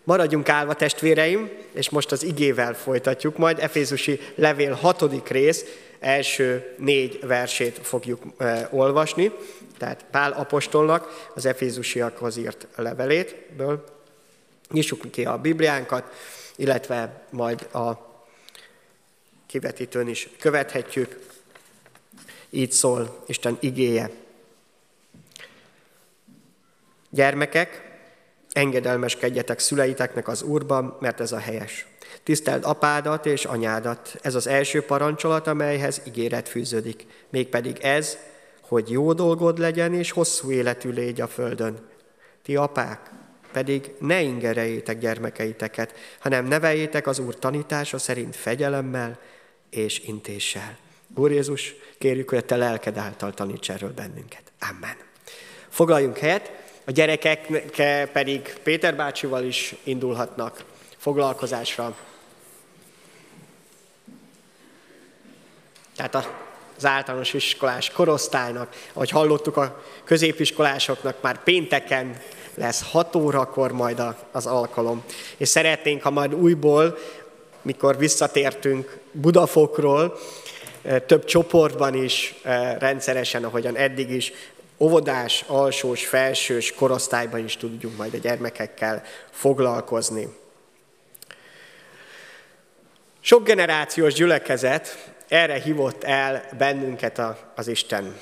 Maradjunk állva, testvéreim, és most az igével folytatjuk, majd Efézusi levél 6. rész első 4 versét fogjuk olvasni, tehát Pál apostolnak az efézusiakhoz írt leveléből. Nyissuk ki a Bibliánkat, illetve majd a kivetítőn is követhetjük. Így szól Isten igéje. Gyermekek, engedelmeskedjetek szüleiteknek az Úrban, mert ez a helyes. Tiszteld apádat és anyádat, ez az első parancsolat, amelyhez ígéret fűződik. Mégpedig ez, hogy jó dolgod legyen és hosszú életű légy a földön. Ti apák, pedig ne ingerejétek gyermekeiteket, hanem neveljétek az Úr tanítása szerint fegyelemmel és intéssel. Úr Jézus, kérjük, hogy a te lelked által taníts erről bennünket. Amen. Foglaljunk helyet, a gyerekek pedig Péter bácsival is indulhatnak foglalkozásra. Tehát az általános iskolás korosztálynak, ahogy hallottuk, a középiskolásoknak már pénteken lesz 6 órakor majd az alkalom. És szeretnénk, ha majd újból, mikor visszatértünk Budafokról, több csoportban is rendszeresen, ahogyan eddig is, óvodás, alsós, felsős korosztályban is tudjunk majd a gyermekekkel foglalkozni. Sok generációs gyülekezet, erre hívott el bennünket az Isten.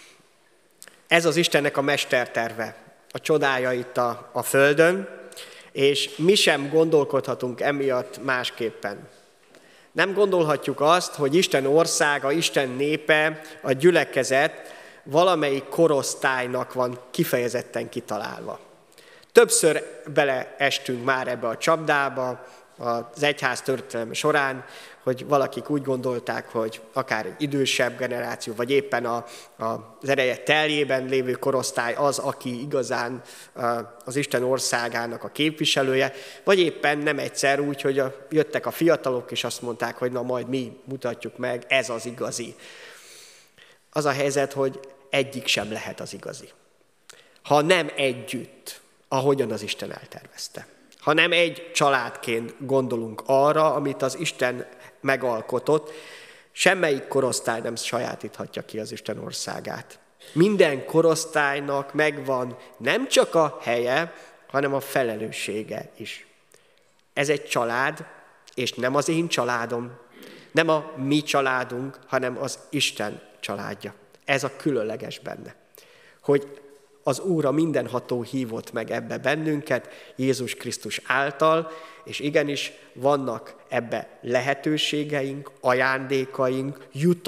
Ez az Istennek a mesterterve, a csodája itt a földön, és mi sem gondolkodhatunk emiatt másképpen. Nem gondolhatjuk azt, hogy Isten országa, Isten népe, a gyülekezet valamelyik korosztálynak van kifejezetten kitalálva. Többször beleestünk már ebbe a csapdába az egyház történelme során, hogy valakik úgy gondolták, hogy akár egy idősebb generáció, vagy éppen az ereje teljében lévő korosztály az, aki igazán az Isten országának a képviselője, vagy éppen nem egyszer úgy, hogy jöttek a fiatalok, és azt mondták, hogy na majd mi mutatjuk meg, ez az igazi. Az a helyzet, hogy egyik sem lehet az igazi. Ha nem együtt, ahogyan az Isten eltervezte. Ha nem egy családként gondolunk arra, amit az Isten megalkotott, semmelyik korosztály nem sajátíthatja ki az Isten országát. Minden korosztálynak megvan nem csak a helye, hanem a felelőssége is. Ez egy család, és nem az én családom, nem a mi családunk, hanem az Isten családja. Ez a különleges benne. Hogy az Úr a mindenható hívott meg ebbe bennünket, Jézus Krisztus által, és igenis vannak ebbe lehetőségeink, ajándékaink,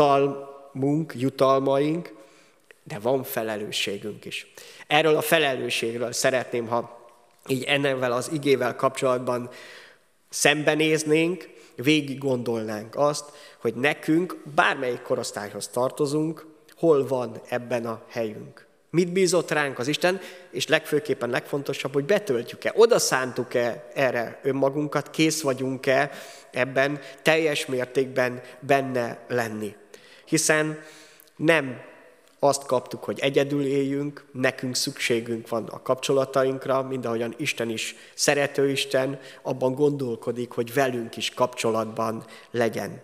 jutalmaink, de van felelősségünk is. Erről a felelősségről szeretném, ha így ennevel az igével kapcsolatban szembenéznénk, végig gondolnánk azt, hogy nekünk bármelyik korosztályhoz tartozunk, hol van ebben a helyünk. Mit bízott ránk az Isten, és legfőképpen legfontosabb, hogy betöltjük-e, oda szántuk-e erre önmagunkat, kész vagyunk-e ebben teljes mértékben benne lenni. Hiszen nem azt kaptuk, hogy egyedül éljünk, nekünk szükségünk van a kapcsolatainkra, mindahogyan Isten is szerető Isten, abban gondolkodik, hogy velünk is kapcsolatban legyen.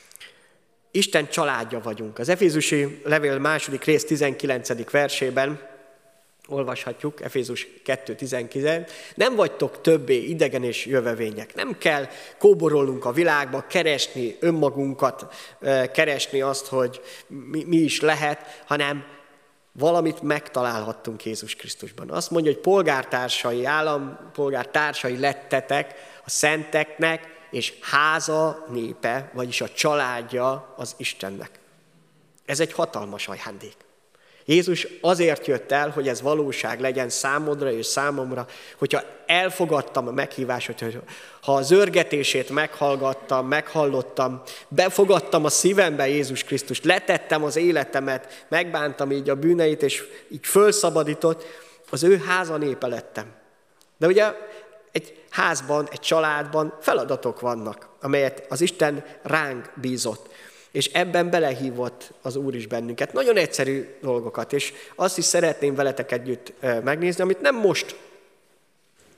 Isten családja vagyunk. Az Efézusi levél 2. rész 19. versében olvashatjuk, Efézus 2.19. Nem vagytok többé idegen és jövevények. Nem kell kóborolnunk a világba, keresni önmagunkat, keresni azt, hogy mi is lehet, hanem valamit megtalálhattunk Jézus Krisztusban. Azt mondja, hogy polgártársai, állampolgártársai lettetek a szenteknek, és háza népe, vagyis a családja az Istennek. Ez egy hatalmas ajándék. Jézus azért jött el, hogy ez valóság legyen számodra és számomra, hogyha elfogadtam a meghívást, hogy ha az zörgetését meghallottam, befogadtam a szívembe Jézus Krisztust, letettem az életemet, megbántam így a bűneit, és így fölszabadított, az ő háza népe lettem. De ugye egy házban, egy családban feladatok vannak, amelyet az Isten ránk bízott. És ebben belehívott az Úr is bennünket. Nagyon egyszerű dolgokat, és azt is szeretném veletek együtt megnézni, amit nem most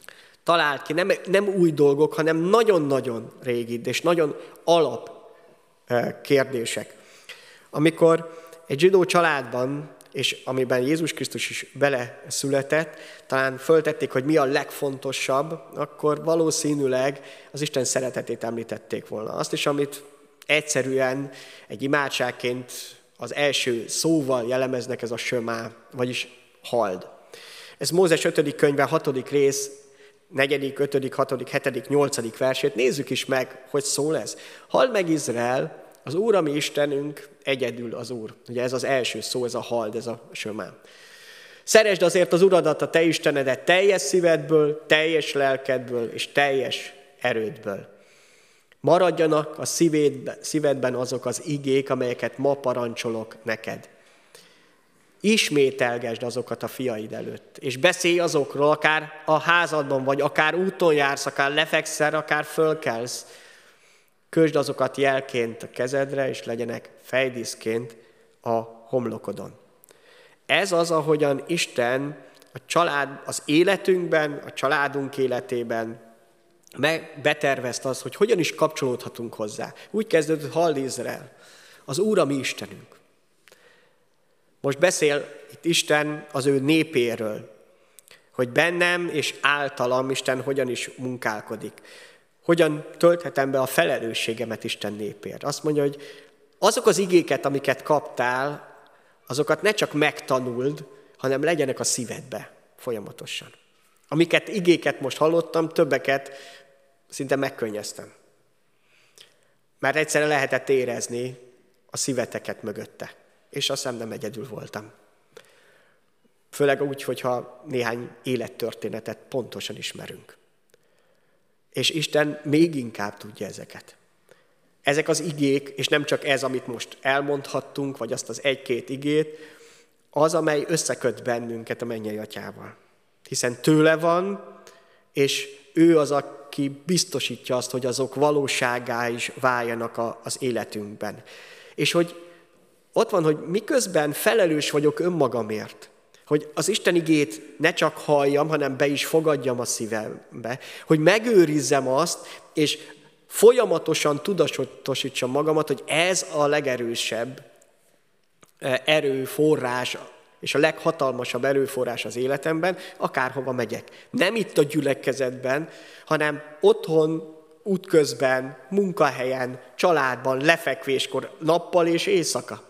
talált ki, nem új dolgok, hanem nagyon-nagyon régi, és nagyon alap kérdések. Amikor egy zsidó családban, és amiben Jézus Krisztus is beleszületett, talán föltették, hogy mi a legfontosabb, akkor valószínűleg az Isten szeretetét említették volna. Azt is, amit egyszerűen egy imádságként az első szóval jellemeznek, ez a sömá, vagyis hald. Ez Mózes 5. könyve 6. rész, 4., 5., 6., 7., 8. versét. Nézzük is meg, hogy szól ez. Halld meg Izrael, az Úr, a mi Istenünk, egyedül az Úr. Ugye ez az első szó, ez a hald, ez a sömá. Szeresd azért az Uradat, a te Istenedet teljes szívedből, teljes lelkedből és teljes erődből. Maradjanak a szívedben azok az igék, amelyeket ma parancsolok neked. Ismételgesd azokat a fiaid előtt, és beszélj azokról, akár a házadban vagy, akár úton jársz, akár lefekszel, akár fölkelsz. Kösd azokat jelként a kezedre, és legyenek fejdíszként a homlokodon. Ez az, ahogyan Isten az életünkben, a családunk életében betervezte azt, hogy hogyan is kapcsolódhatunk hozzá. Úgy kezdődött, halld Izrael, az Úr a mi Istenünk. Most beszél itt Isten az ő népéről, hogy bennem és általam Isten hogyan is munkálkodik. Hogyan tölthetem be a felelősségemet Isten népért. Azt mondja, hogy azok az igéket, amiket kaptál, azokat ne csak megtanuld, hanem legyenek a szívedbe folyamatosan. Amiket igéket most hallottam, többeket szinte megkönnyeztem. Mert egyszerűen lehetett érezni a szíveteket mögötte. És azt hiszem nem egyedül voltam. Főleg úgy, hogyha néhány élettörténetet pontosan ismerünk. És Isten még inkább tudja ezeket. Ezek az igék, és nem csak ez, amit most elmondhattunk, vagy azt az egy-két igét, az, amely összeköt bennünket a mennyei Atyával. Hiszen tőle van, és ő az, aki biztosítja azt, hogy azok valóságá is váljanak az életünkben. És hogy ott van, hogy miközben felelős vagyok önmagamért, hogy az Isten igét ne csak halljam, hanem be is fogadjam a szívembe, hogy megőrizzem azt, és folyamatosan tudatosítsam magamat, hogy ez a legerősebb erőforrás, és a leghatalmasabb erőforrás az életemben, akárhova megyek. Nem itt a gyülekezetben, hanem otthon, útközben, munkahelyen, családban, lefekvéskor, nappal és éjszaka.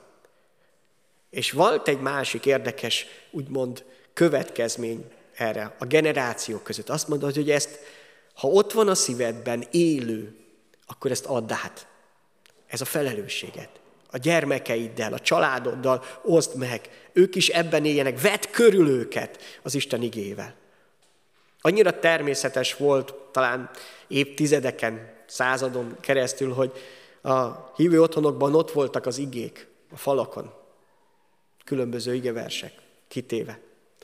És volt egy másik érdekes, úgymond következmény erre a generációk között. Azt mondod, hogy ezt, ha ott van a szívedben élő, akkor ezt add át. Ez a felelősséget. A gyermekeiddel, a családoddal oszd meg. Ők is ebben éljenek. Vedd körül őket az Isten igével. Annyira természetes volt, talán évtizedeken, századon keresztül, hogy a hívő otthonokban ott voltak az igék a falakon. Különböző igeversek kitéve.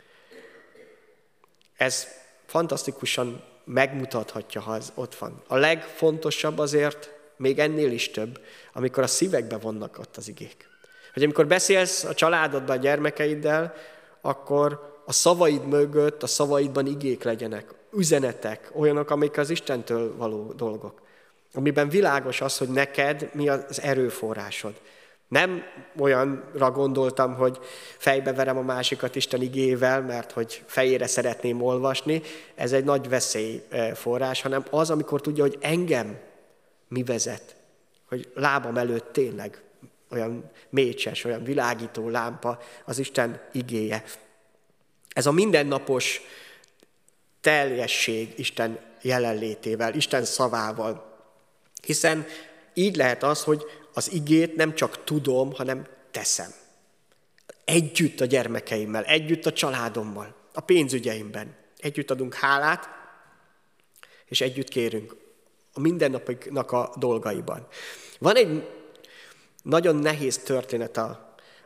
Ez fantasztikusan megmutathatja, ha ez ott van. A legfontosabb azért, még ennél is több, amikor a szívekben vannak ott az igék. Hogy amikor beszélsz a családodban, a gyermekeiddel, akkor a szavaid mögött, a szavaidban igék legyenek, üzenetek, olyanok, amik az Istentől való dolgok. Amiben világos az, hogy neked mi az erőforrásod. Nem olyanra gondoltam, hogy fejbeverem a másikat Isten igével, mert hogy fejére szeretném olvasni, ez egy nagy veszélyforrás, hanem az, amikor tudja, hogy engem mi vezet, hogy lábam előtt tényleg olyan mécses, olyan világító lámpa az Isten igéje. Ez a mindennapos teljesség Isten jelenlétével, Isten szavával. Hiszen így lehet az, hogy az igét nem csak tudom, hanem teszem. Együtt a gyermekeimmel, együtt a családommal, a pénzügyeimben. Együtt adunk hálát, és együtt kérünk a mindennapoknak a dolgaiban. Van egy nagyon nehéz történet a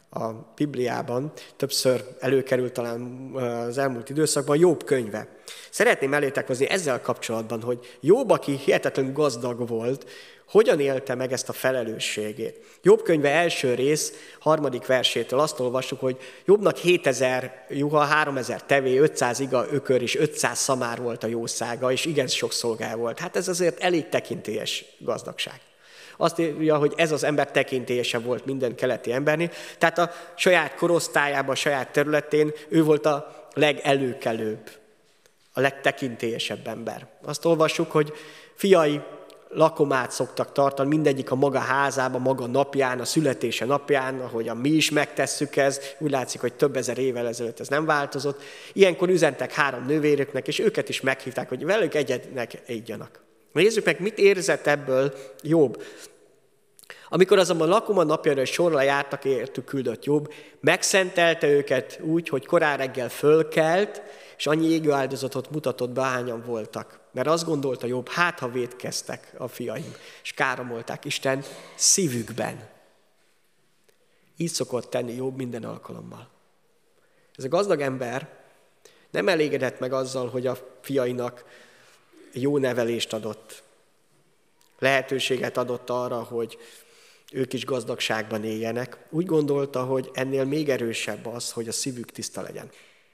a Bibliában, többször előkerült talán az elmúlt időszakban, Jobb könyve. Szeretném elétek hozni ezzel kapcsolatban, hogy Jobb, aki hihetetlenül gazdag volt, hogyan élte meg ezt a felelősségét. Jobb könyve első rész, 3. versétől azt olvassuk, hogy Jobbnak 7000 juha, 3000 tevé, 500 iga, ökör és 500 szamár volt a jószága, és igen sok szolgája volt. Hát ez azért elég tekintélyes gazdagság. Azt írja, hogy ez az ember tekintélyese volt minden keleti embernél, tehát a saját korosztályában, a saját területén ő volt a legelőkelőbb, a legtekintélyesebb ember. Azt olvassuk, hogy fiai lakomát szoktak tartani, mindegyik a maga házában, maga napján, a születése napján, ahogyan mi is megtesszük ezt, úgy látszik, hogy több ezer évvel ezelőtt ez nem változott. Ilyenkor üzentek 3 nővérüknek, és őket is meghívták, hogy velük egyednek igyanak. Nézzük meg, mit érzett ebből Jobb. Amikor azonban lakoma napjára sorra jártak, értük küldött Jobb, megszentelte őket úgy, hogy korán reggel fölkelt, és annyi égő áldozatot mutatott be, hányan voltak. Mert azt gondolta Jobb, hát ha vétkeztek a fiaim, és káromolták Istent szívükben. Így szokott tenni Jobb minden alkalommal. Ez a gazdag ember nem elégedett meg azzal, hogy a fiainak jó nevelést adott. Lehetőséget adott arra, hogy ők is gazdagságban éljenek. Úgy gondolta, hogy ennél még erősebb az, hogy a szívük tiszta legyen.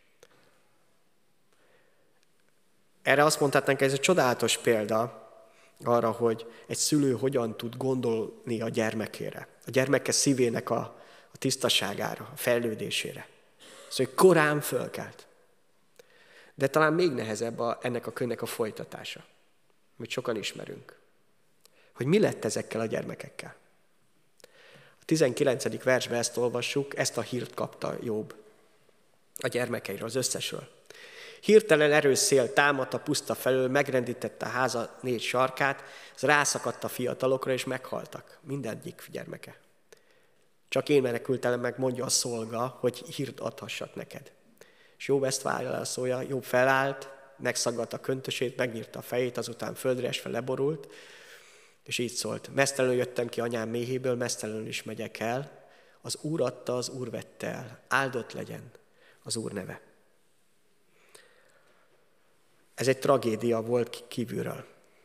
Erre azt mondhatnánk, ez egy csodálatos példa arra, hogy egy szülő hogyan tud gondolni a gyermekére, a gyermeke szívének a tisztaságára, a fejlődésére. Szóval, hogy korán fölkelt. De talán még nehezebb ennek a könyvnek a folytatása, amit sokan ismerünk. Hogy mi lett ezekkel a gyermekekkel. A 19. versben ezt olvassuk, ezt a hírt kapta Jobb a gyermekeiről, az összesről. Hirtelen erős szél támadt a puszta felől, megrendítette a háza 4 sarkát, ez rászakadt a fiatalokra, és meghaltak. Mindegyik gyermeke. Csak én menekültem meg, mondja a szolga, hogy hírt adhassak neked. És Jobb ezt válaszolja, Jobb felállt, megszaggatta a köntösét, megnyírta a fejét, azután földre esve leborult, és így szólt, meztelenül jöttem ki anyám méhéből, meztelenül is megyek el, az Úr adta, az Úr vette el, áldott legyen az Úr neve. Ez egy tragédia volt kívülről.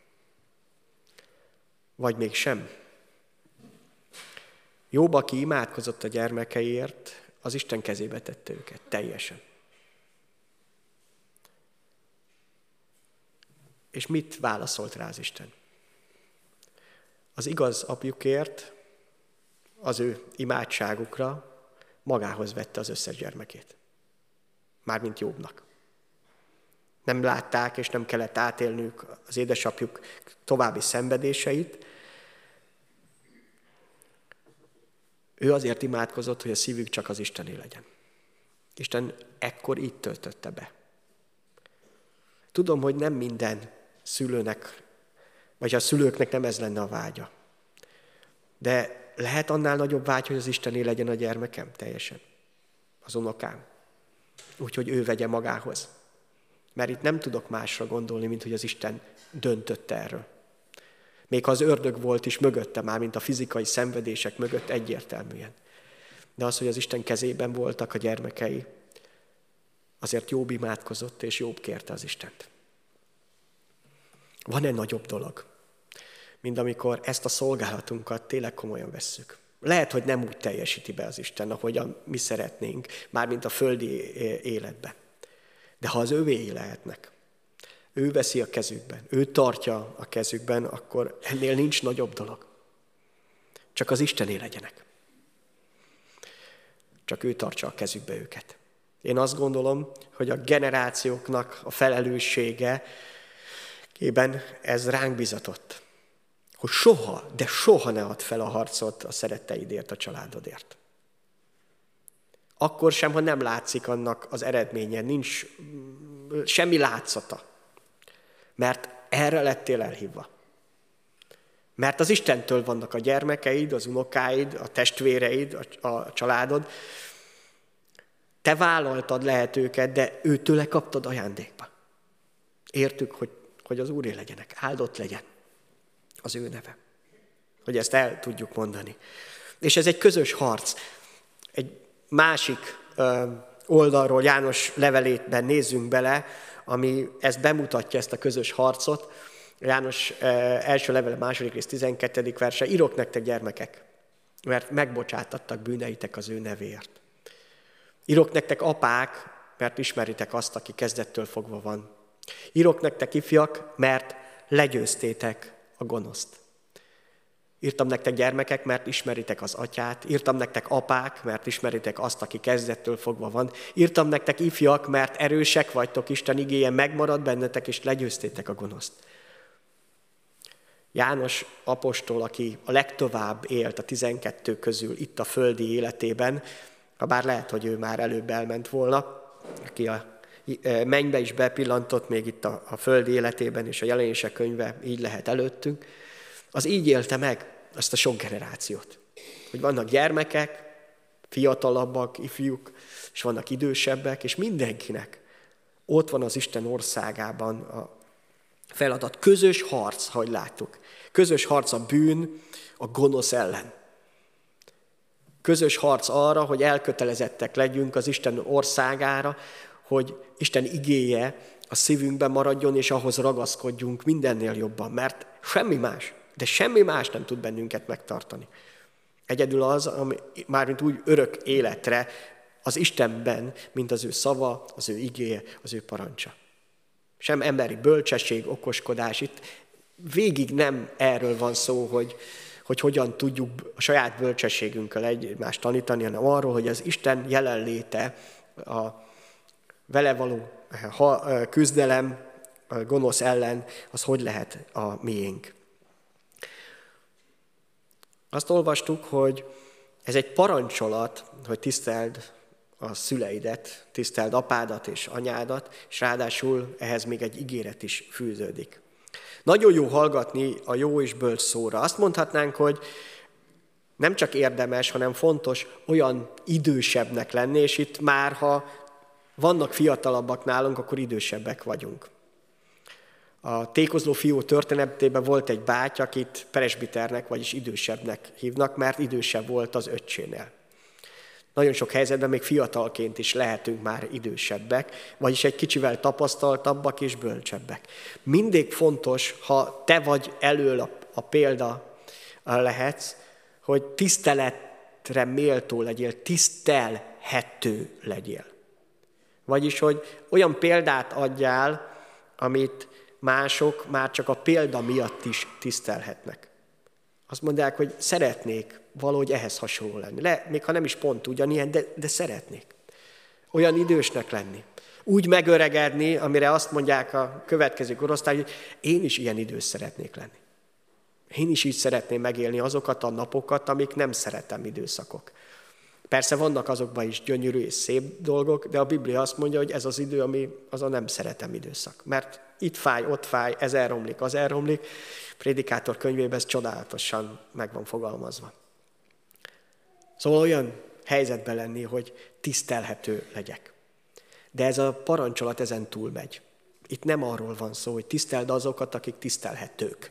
Vagy mégsem. Jobb, aki imádkozott a gyermekeiért, az Isten kezébe tette őket teljesen. És mit válaszolt rá az Isten? Az igaz apjukért, az ő imádságukra magához vette az összes gyermekét. Mármint Jobbnak. Nem látták, és nem kellett átélnünk az édesapjuk további szenvedéseit. Ő azért imádkozott, hogy a szívük csak az Istené legyen. Isten ekkor így töltötte be. Tudom, hogy nem minden szülőnek, vagy a szülőknek nem ez lenne a vágya. De lehet annál nagyobb vágy, hogy az Istené legyen a gyermekem teljesen. Az unokám. Úgyhogy ő vegye magához. Mert itt nem tudok másra gondolni, mint hogy az Isten döntött erről. Még ha az ördög volt is mögötte már, mint a fizikai szenvedések mögött egyértelműen. De az, hogy az Isten kezében voltak a gyermekei, azért Jobb imádkozott, és Jobb kérte az Istent. Van-e nagyobb dolog, mint amikor ezt a szolgálatunkat tényleg komolyan vesszük? Lehet, hogy nem úgy teljesíti be az Isten, ahogyan mi szeretnénk, mármint a földi életben. De ha az övéi lehetnek, ő veszi a kezükben, ő tartja a kezükben, akkor ennél nincs nagyobb dolog. Csak az Istené legyenek. Csak ő tartsa a kezükbe őket. Én azt gondolom, hogy a generációknak a felelőssége ez ránk bizatott, hogy soha, de soha ne add fel a harcot a szeretteidért, a családodért. Akkor sem, ha nem látszik annak az eredménye, nincs semmi látszata. Mert erre lettél elhívva. Mert az Istentől vannak a gyermekeid, az unokáid, a testvéreid, a családod. Te vállaltad lehet őket, de őtőle kaptad ajándékba. Értük, hogy az Úré legyenek, áldott legyen az ő neve. Hogy ezt el tudjuk mondani. És ez egy közös harc. egy másik oldalról János levelében nézzünk bele, ami ezt bemutatja, ezt a közös harcot. János első levele, második rész, 12. verse. Írok nektek, gyermekek, mert megbocsátattak bűneitek az ő nevéért. Írok nektek, apák, mert ismeritek azt, aki kezdettől fogva van. Írok nektek, ifjak, mert legyőztétek a gonoszt. Írtam nektek, gyermekek, mert ismeritek az atyát. Írtam nektek, apák, mert ismeritek azt, aki kezdettől fogva van. Írtam nektek, ifjak, mert erősek vagytok, Isten igéje megmarad bennetek, és legyőztétek a gonoszt. János apostol, aki a legtovább élt a 12 közül itt a földi életében, habár lehet, hogy ő már előbb elment volna, aki a mennybe is bepillantott még itt a földi életében, és a Jelenések könyve így lehet előttünk, az így élte meg azt a sok generációt. Hogy vannak gyermekek, fiatalabbak, ifjúk, és vannak idősebbek, és mindenkinek ott van az Isten országában a feladat. Közös harc, ahogy láttuk. Közös harc a bűn, a gonosz ellen. Közös harc arra, hogy elkötelezettek legyünk az Isten országára, hogy Isten igéje a szívünkben maradjon, és ahhoz ragaszkodjunk mindennél jobban, mert semmi más, de semmi más nem tud bennünket megtartani. Egyedül az, ami mármint úgy örök életre az Istenben, mint az ő szava, az ő igéje, az ő parancsa. Sem emberi bölcsesség, okoskodás. Itt végig nem erről van szó, hogy hogyan tudjuk a saját bölcsességünkkel egymást tanítani, hanem arról, hogy az Isten jelenléte, a vele való küzdelem, a gonosz ellen, az hogy lehet a miénk. Azt olvastuk, hogy ez egy parancsolat, hogy tiszteld a szüleidet, tiszteld apádat és anyádat, és ráadásul ehhez még egy ígéret is fűződik. Nagyon jó hallgatni a jó és bölcs szóra. Azt mondhatnánk, hogy nem csak érdemes, hanem fontos olyan idősebbnek lenni, és itt már, ha vannak fiatalabbak nálunk, akkor idősebbek vagyunk. A tékozló fiú történetében volt egy báty, akit presbiternek, vagyis idősebbnek hívnak, mert idősebb volt az öccsénél. Nagyon sok helyzetben még fiatalként is lehetünk már idősebbek, vagyis egy kicsivel tapasztaltabbak és bölcsebbek. Mindig fontos, ha te vagy elől a példa lehetsz, hogy tiszteletre méltó legyél, tisztelhető legyél. Vagyis, hogy olyan példát adjál, amit mások már csak a példa miatt is tisztelhetnek. Azt mondják, hogy szeretnék valahogy ehhez hasonló lenni. Még ha nem is pont ugyanilyen, de szeretnék. Olyan idősnek lenni. Úgy megöregedni, amire azt mondják a következő korosztály, hogy én is ilyen idős szeretnék lenni. Én is így szeretném megélni azokat a napokat, amik nem szeretem időszakok. Persze vannak azokban is gyönyörű és szép dolgok, de a Biblia azt mondja, hogy ez az idő, ami az a nem szeretem időszak. Mert itt fáj, ott fáj, ez elromlik, az elromlik. Prédikátor könyvében ez csodálatosan meg van fogalmazva. Szóval olyan helyzetben lenni, hogy tisztelhető legyek. De ez a parancsolat ezen túlmegy. Itt nem arról van szó, hogy tiszteld azokat, akik tisztelhetők.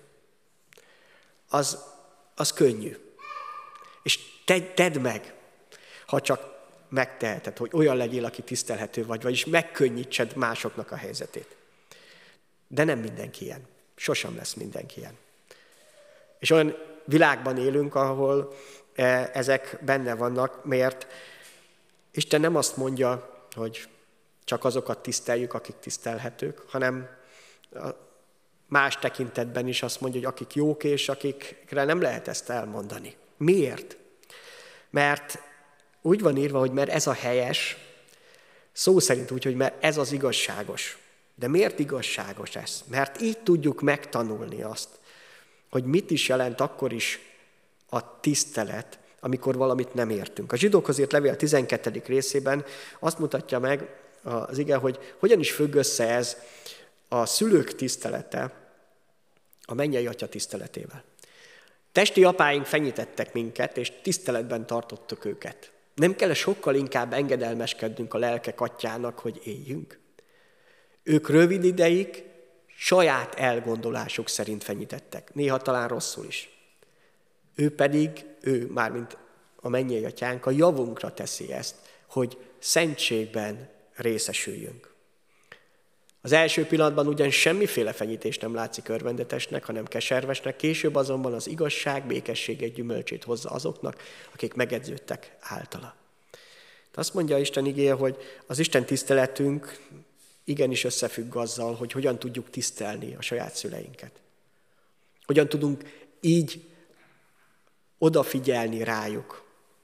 Az könnyű. És tedd meg, ha csak megteheted, hogy olyan legyél, aki tisztelhető vagy, vagyis megkönnyítsed másoknak a helyzetét. De nem mindenki ilyen. Sosem lesz mindenki ilyen. És olyan világban élünk, ahol ezek benne vannak, mert Isten nem azt mondja, hogy csak azokat tiszteljük, akik tisztelhetők, hanem más tekintetben is azt mondja, hogy akik jók és akikre nem lehet ezt elmondani. Miért? Mert úgy van írva, hogy mert ez a helyes, szó szerint úgy, hogy mert ez az igazságos. De miért igazságos ez? Mert így tudjuk megtanulni azt, hogy mit is jelent akkor is a tisztelet, amikor valamit nem értünk. A Zsidókhoz írt levél 12. részében azt mutatja meg az ige, hogy hogyan is függ össze ez a szülők tisztelete a mennyei Atya tiszteletével. Testi apáink fenyítettek minket, és tiszteletben tartottuk őket. Nem kell sokkal inkább engedelmeskednünk a lelkek atyának, hogy éljünk? Ők rövid ideig saját elgondolásuk szerint fenyítettek, néha talán rosszul is. Mármint a mennyei atyánk a javunkra teszi ezt, hogy szentségben részesüljünk. Az első pillanatban ugyan semmiféle fenyítés nem látszik örvendetesnek, hanem keservesnek, később azonban az igazság, békesség egy gyümölcsét hozza azoknak, akik megedződtek általa. De azt mondja Isten igéje, hogy az Isten tiszteletünk igenis összefügg azzal, hogy hogyan tudjuk tisztelni a saját szüleinket. Hogyan tudunk így odafigyelni rájuk.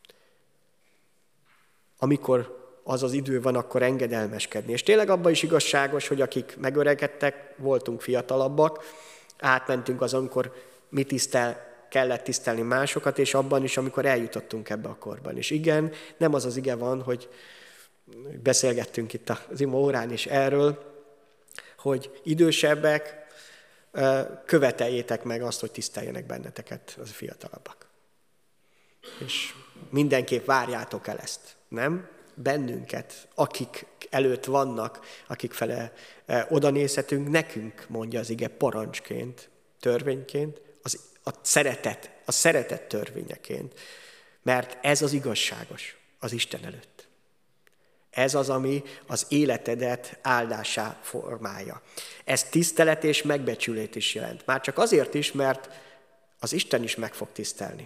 Amikor az az idő van, akkor engedelmeskedni. És tényleg abban is igazságos, hogy akik megöregedtek, voltunk fiatalabbak, átmentünk azon, amikor kellett tisztelni másokat, és abban is, amikor eljutottunk ebbe a korban. És igen, nem az az ige van, hogy beszélgettünk itt az ima órán is erről, hogy idősebbek, követeljétek meg azt, hogy tiszteljenek benneteket az fiatalabbak. És mindenképp várjátok el ezt, nem? Bennünket, akik előtt vannak, akik fele oda nézhetünk, nekünk, mondja az ige, parancsként, törvényként, a szeretet törvényeként. Mert ez az igazságos az Isten előtt. Ez az, ami az életedet áldásá formálja. Ez tisztelet és megbecsülét is jelent. Már csak azért is, mert az Isten is meg fog tisztelni.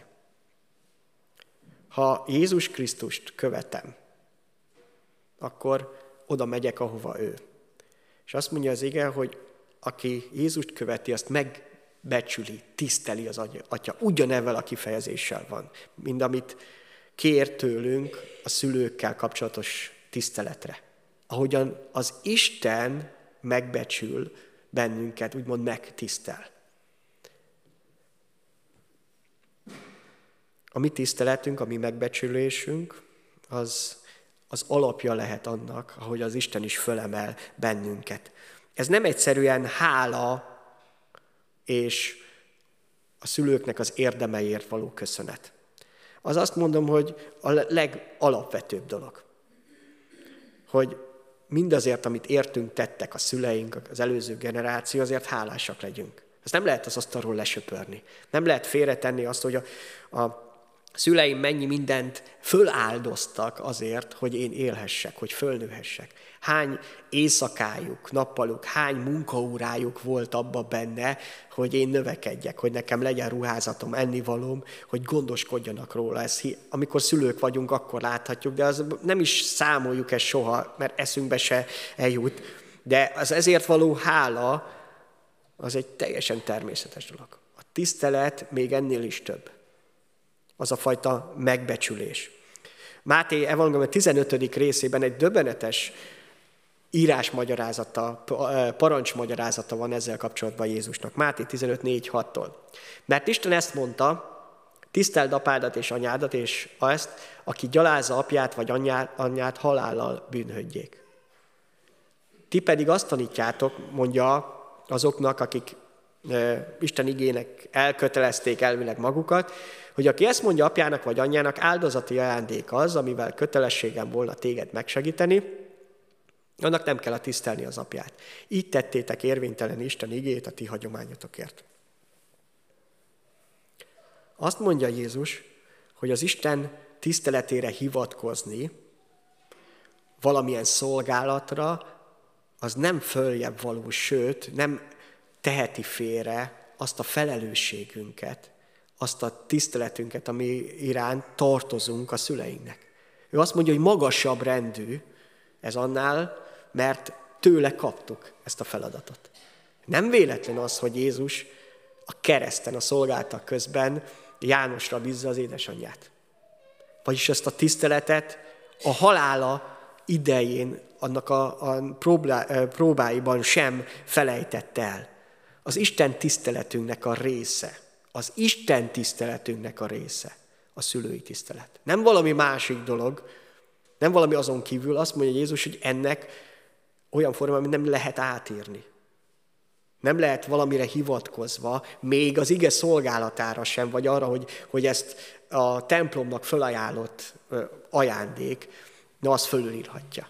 Ha Jézus Krisztust követem, akkor oda megyek, ahova ő. És azt mondja az ige, hogy aki Jézust követi, azt megbecsüli, tiszteli az Atya. Ugyanezzel a kifejezéssel van, mint amit kér tőlünk a szülőkkel kapcsolatos tiszteletre. Ahogyan az Isten megbecsül bennünket, úgymond megtisztel. A mi tiszteletünk, a mi megbecsülésünk, az alapja lehet annak, ahogy az Isten is fölemel bennünket. Ez nem egyszerűen hála és a szülőknek az érdemeiért való köszönet. Az azt mondom, hogy a legalapvetőbb dolog. Hogy mindazért, amit értünk, tettek a szüleink, az előző generáció, azért hálásak legyünk. Ezt nem lehet az asztalról lesöpörni. Nem lehet félretenni azt, hogy a szüleim mennyi mindent föláldoztak azért, hogy én élhessek, hogy fölnőhessek. Hány éjszakájuk, nappaluk, hány munkaórájuk volt abba benne, hogy én növekedjek, hogy nekem legyen ruházatom, ennivalóm, hogy gondoskodjanak róla. Amikor szülők vagyunk, akkor láthatjuk, de az nem is számoljuk ezt soha, mert eszünkbe se eljut. De az ezért való hála, az egy teljesen természetes dolog. A tisztelet még ennél is több. Az a fajta megbecsülés. Máté evangélium 15. részében egy döbbenetes írásmagyarázata, parancsmagyarázata van ezzel kapcsolatban Jézusnak. Máté 15.4.6-tól. Mert Isten ezt mondta, tiszteld apádat és anyádat, és azt, aki gyalázza apját vagy anyját, halállal bűnhődjék. Ti pedig azt tanítjátok, mondja azoknak, akik Isten igének elkötelezték elvileg magukat, hogy aki ezt mondja apjának vagy anyjának, áldozati ajándék az, amivel kötelességem volna téged megsegíteni, annak nem kell tisztelni az apját. Így tettétek érvénytelen Isten igét a ti hagyományotokért. Azt mondja Jézus, hogy az Isten tiszteletére hivatkozni, valamilyen szolgálatra, az nem följebb való, sőt, nem teheti félre azt a felelősségünket, azt a tiszteletünket, ami iránt tartozunk a szüleinknek. Ő azt mondja, hogy magasabb rendű ez annál, mert tőle kaptuk ezt a feladatot. Nem véletlen az, hogy Jézus a kereszten, a szolgáltak közben Jánosra bízza az édesanyját. Vagyis ezt a tiszteletet a halála idején, annak a próbáiban sem felejtett el. Az Isten tiszteletünknek a része, az Isten tiszteletünknek a része a szülői tisztelet. Nem valami másik dolog, nem valami azon kívül, azt mondja Jézus, hogy ennek olyan forma, amit nem lehet átírni. Nem lehet valamire hivatkozva, még az ige szolgálatára sem, vagy arra, hogy ezt a templomnak fölajánlott ajándék, azt fölülírhatja.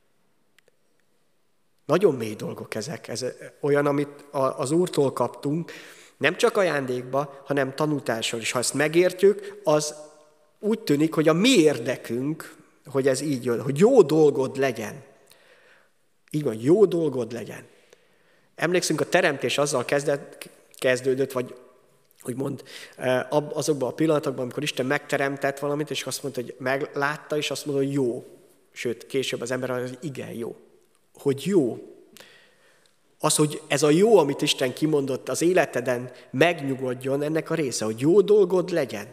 Nagyon mély dolgok ezek. Ez olyan, amit az Úrtól kaptunk, nem csak ajándékba, hanem tanútással is. Ha ezt megértjük, az úgy tűnik, hogy a mi érdekünk, hogy ez így jön, hogy jó dolgod legyen. Így van, jó dolgod legyen. Emlékszünk, a teremtés azzal kezdődött, vagy úgymond azokban a pillanatokban, amikor Isten megteremtett valamit, és azt mondta, hogy meglátta, és azt mondta, hogy jó. Sőt, később az ember az, hogy igen, jó. Hogy jó. Az, hogy ez a jó, amit Isten kimondott az életeden, megnyugodjon, ennek a része, hogy jó dolgod legyen.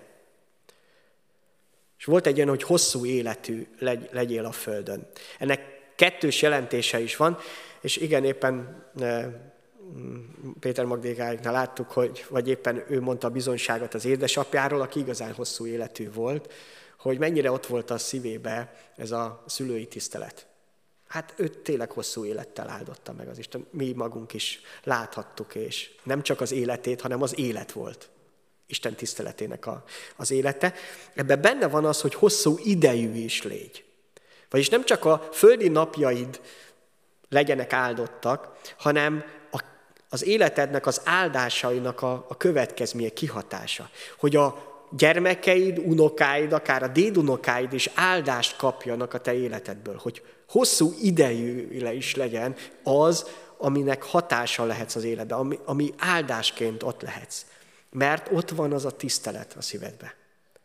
És volt egy olyan, hogy hosszú életű legyél a földön. Ennek kettős jelentése is van, és igen, éppen Péter Magdékáiknál láttuk, vagy éppen ő mondta a bizonyságot az édesapjáról, aki igazán hosszú életű volt, hogy mennyire ott volt a szívébe ez a szülői tisztelet. Hát őt tényleg hosszú élettel áldotta meg az Isten. Mi magunk is láthattuk, és nem csak az életét, hanem az élet volt. Isten tiszteletének az élete. Ebben benne van az, hogy hosszú idejű is légy. Vagyis nem csak a földi napjaid legyenek áldottak, hanem az életednek, az áldásainak a következménye, kihatása. Hogy a gyermekeid, unokáid, akár a dédunokáid is áldást kapjanak a te életedből. Hogy hosszú idejű is legyen az, aminek hatása lehetsz az életben, ami áldásként ott lehetsz. Mert ott van az a tisztelet a szívedbe.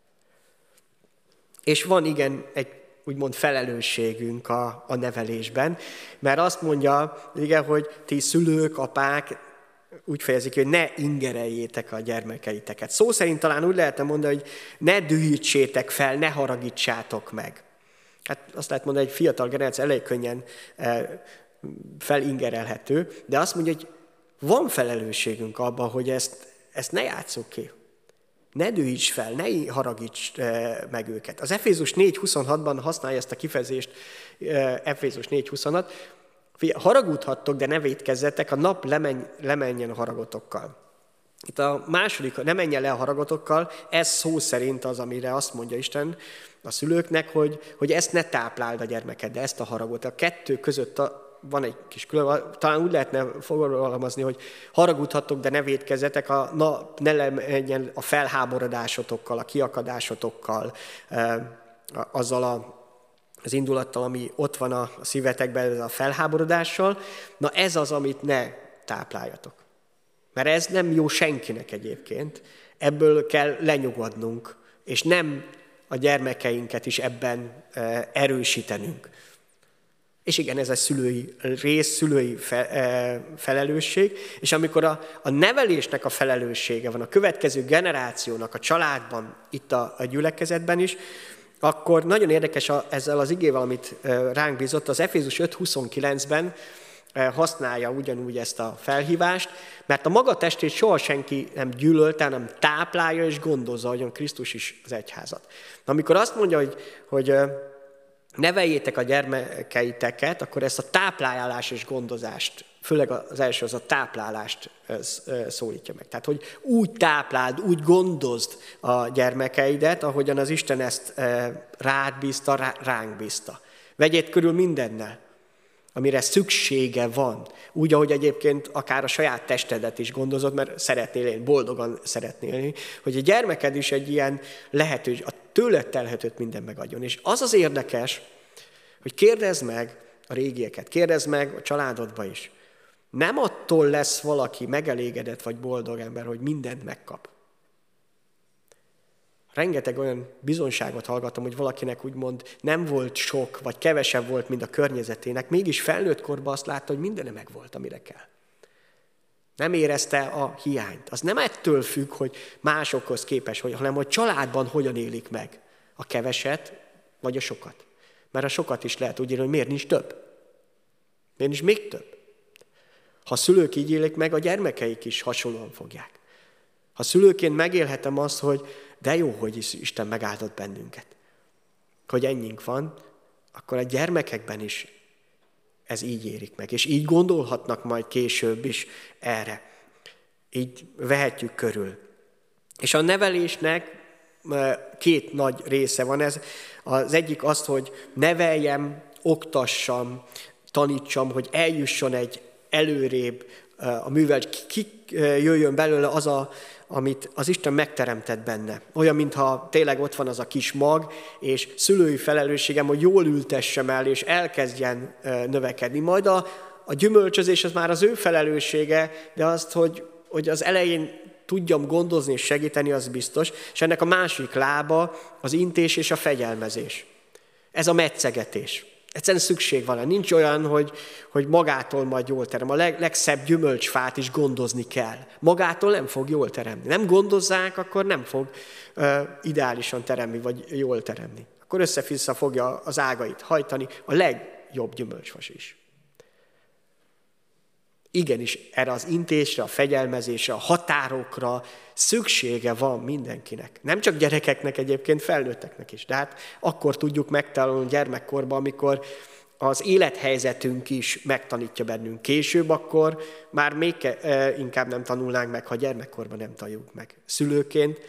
És van igen egy úgymond felelősségünk a nevelésben, mert azt mondja, igen, hogy ti szülők, apák, úgy fejezik ki, hogy ne ingereljétek a gyermekeiteket. Szó szerint talán úgy lehetne mondani, hogy ne dühítsétek fel, ne haragítsátok meg. Hát azt lehet mondani, hogy fiatal generáció elég könnyen felingerelhető, de azt mondja, hogy van felelősségünk abban, hogy ezt ne játsszuk ki. Ne dühíts fel, ne haragíts meg őket. Az Efézus 4.26-ban használja ezt a kifejezést, Efézus 4.26, haragudhattok, de ne vétkezzetek, a nap lemenjen a haragotokkal. Itt a második, ne menjen le a haragotokkal, ez szó szerint az, amire azt mondja Isten a szülőknek, hogy ezt ne tápláld a gyermeked, de ezt a haragot. A kettő között van egy kis külön, talán úgy lehetne fogalmazni, hogy haragudhattok, de ne vétkezzetek, a nap ne lemenjen a felháborodásotokkal, a kiakadásotokkal, azzal az indulattal, ami ott van a szívetekben, ez a felháborodással. Na ez az, amit ne tápláljatok. Mert ez nem jó senkinek egyébként. Ebből kell lenyugodnunk, és nem a gyermekeinket is ebben erősítenünk. És igen, ez egy szülői rész, szülői felelősség, és amikor a nevelésnek a felelőssége van, a következő generációnak a családban, itt a gyülekezetben is, akkor nagyon érdekes ezzel az igével, amit ránk bízott, az Efézus 5.29-ben használja ugyanúgy ezt a felhívást, mert a maga testét soha senki nem gyűlölte, hanem táplálja és gondozza, ahogyan Krisztus is az egyházat. Na, amikor azt mondja, hogy neveljétek a gyermekeiteket, akkor ezt a táplálás és gondozást, főleg az első, az a táplálást szólítja meg. Tehát, hogy úgy tápláld, úgy gondozd a gyermekeidet, ahogyan az Isten ezt rád bízta, ránk bízta. Vegyél körül mindennel, amire szüksége van. Úgy, ahogy egyébként akár a saját testedet is gondozod, mert szeretnél élni, boldogan szeretnél élni, hogy a gyermeked is egy ilyen lehetőség, a tőled telhetőt minden megadjon. És az az érdekes, hogy kérdezd meg a régieket, kérdezd meg a családodba is. Nem attól lesz valaki megelégedett vagy boldog ember, hogy mindent megkap. Rengeteg olyan bizonyságot hallgattam, hogy valakinek úgymond nem volt sok, vagy kevesebb volt, mint a környezetének, mégis felnőtt korban azt látta, hogy mindene megvolt, amire kell. Nem érezte a hiányt. Az nem ettől függ, hogy másokhoz képes, hanem hogy családban hogyan élik meg a keveset, vagy a sokat. Mert a sokat is lehet úgy élni, hogy miért nincs több. Miért nincs még több. Ha a szülők így élik meg, a gyermekeik is hasonlóan fogják. Ha szülőként megélhetem azt, hogy de jó, hogy Isten megáldott bennünket, hogy ennyink van, akkor a gyermekekben is ez így érik meg, és így gondolhatnak majd később is erre. Így vehetjük körül. És a nevelésnek két nagy része van. Az egyik az, hogy neveljem, oktassam, tanítsam, hogy eljusson egy előrébb a művel, jöjjön belőle amit az Isten megteremtett benne. Olyan, mintha tényleg ott van az a kis mag, és szülői felelősségem, hogy jól ültessem el, és elkezdjen növekedni. Majd a gyümölcsözés az már az ő felelőssége, de azt, hogy az elején tudjam gondozni és segíteni, az biztos. És ennek a másik lába az intés és a fegyelmezés. Ez a metszegetés. Egyszerűen szükség van. Nincs olyan, hogy magától majd jól terem. A legszebb gyümölcsfát is gondozni kell. Magától nem fog jól teremni. Nem gondozzák, akkor nem fog ideálisan teremni, vagy jól teremni. Akkor össze-vissza fogja az ágait hajtani a legjobb gyümölcsfas is. Igenis, erre az intésre, a fegyelmezésre, a határokra szüksége van mindenkinek. Nem csak gyerekeknek egyébként, felnőtteknek is. De hát akkor tudjuk megtanulni gyermekkorban, amikor az élethelyzetünk is megtanítja bennünk. Később akkor már még inkább nem tanulnánk meg, ha gyermekkorban nem tanuljuk meg. Szülőként,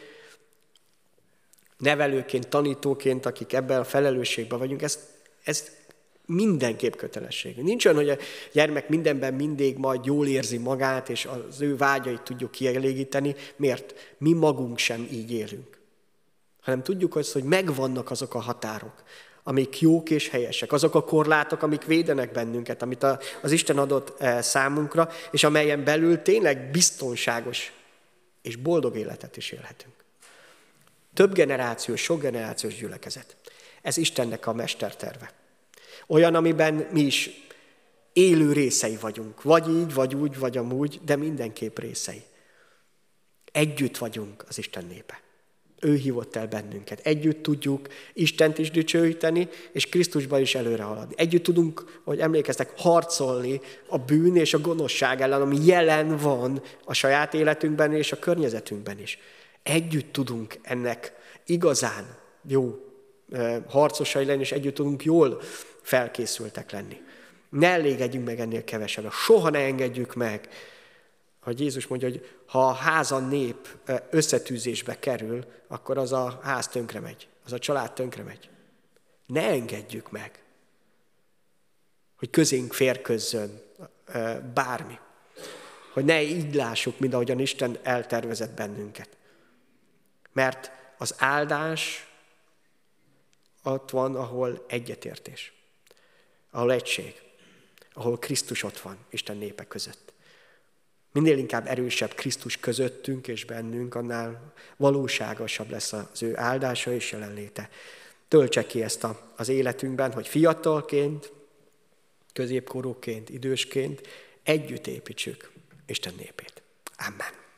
nevelőként, tanítóként, akik ebben a felelősségben vagyunk, ezt mindenképp kötelességünk. Nincs olyan, hogy a gyermek mindenben mindig majd jól érzi magát, és az ő vágyait tudjuk kielégíteni. Miért? Mi magunk sem így élünk. Hanem tudjuk azt, hogy megvannak azok a határok, amik jók és helyesek, azok a korlátok, amik védenek bennünket, amit az Isten adott számunkra, és amelyen belül tényleg biztonságos és boldog életet is élhetünk. Több generációs, sok generációs gyülekezet. Ez Istennek a mesterterve. Olyan, amiben mi is élő részei vagyunk. Vagy így, vagy úgy, vagy amúgy, de mindenképp részei. Együtt vagyunk az Isten népe. Ő hívott el bennünket. Együtt tudjuk Istent is dicsőíteni, és Krisztusban is előre haladni. Együtt tudunk, hogy emlékeztek, harcolni a bűn és a gonoszság ellen, ami jelen van a saját életünkben és a környezetünkben is. Együtt tudunk ennek igazán jó harcosai lenni, és együtt tudunk jól felkészültek lenni. Ne elégedjünk meg ennél kevesebben. Soha ne engedjük meg, hogy Jézus mondja, hogy ha a ház a nép összetűzésbe kerül, akkor az a ház tönkre megy, az a család tönkre megy. Ne engedjük meg, hogy közénk férközzön bármi. Hogy ne így lássuk, mint ahogyan Isten eltervezett bennünket. Mert az áldás ott van, ahol egyetértés, ahol egység, ahol Krisztus ott van Isten népe között. Minél inkább erősebb Krisztus közöttünk és bennünk, annál valóságosabb lesz az ő áldása és jelenléte. Töltse ki ezt az életünkben, hogy fiatalként, középkorúként, idősként együtt építsük Isten népét. Amen.